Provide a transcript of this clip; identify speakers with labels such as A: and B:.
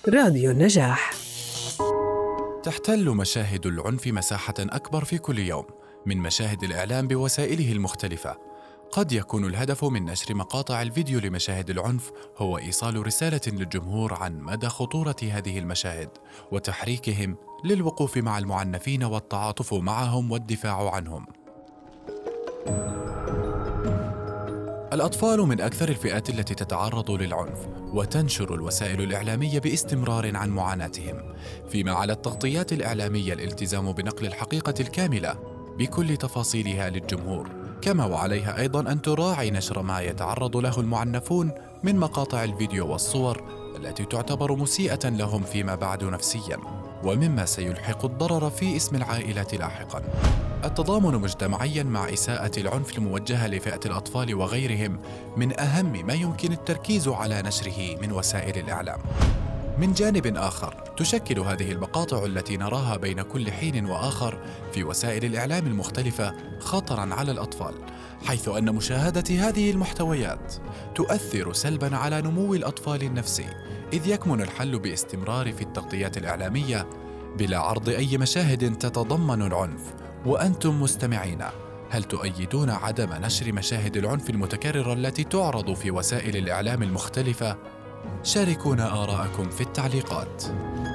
A: راديو النجاح.
B: تحتل مشاهد العنف مساحة أكبر في كل يوم من مشاهد الإعلام بوسائله المختلفة. قد يكون الهدف من نشر مقاطع الفيديو لمشاهد العنف هو إيصال رسالة للجمهور عن مدى خطورة هذه المشاهد وتحريكهم للوقوف مع المعنفين والتعاطف معهم والدفاع عنهم. الأطفال من أكثر الفئات التي تتعرض للعنف، وتنشر الوسائل الإعلامية باستمرار عن معاناتهم، فيما على التغطيات الإعلامية الالتزام بنقل الحقيقة الكاملة بكل تفاصيلها للجمهور، كما وعليها أيضاً أن تراعي نشر ما يتعرض له المعنفون من مقاطع الفيديو والصور التي تعتبر مسيئة لهم فيما بعد نفسياً، ومما سيلحق الضرر في اسم العائلة لاحقاً. التضامن مجتمعياً مع إساءة العنف الموجهة لفئة الأطفال وغيرهم من أهم ما يمكن التركيز على نشره من وسائل الإعلام. من جانب آخر، تشكل هذه المقاطع التي نراها بين كل حين وآخر في وسائل الإعلام المختلفة خطراً على الأطفال، حيث أن مشاهدة هذه المحتويات تؤثر سلباً على نمو الأطفال النفسي، إذ يكمن الحل باستمرار في التغطيات الإعلامية بلا عرض أي مشاهد تتضمن العنف. وأنتم مستمعين، هل تؤيدون عدم نشر مشاهد العنف المتكررة التي تعرض في وسائل الإعلام المختلفة؟ شاركونا آراءكم في التعليقات.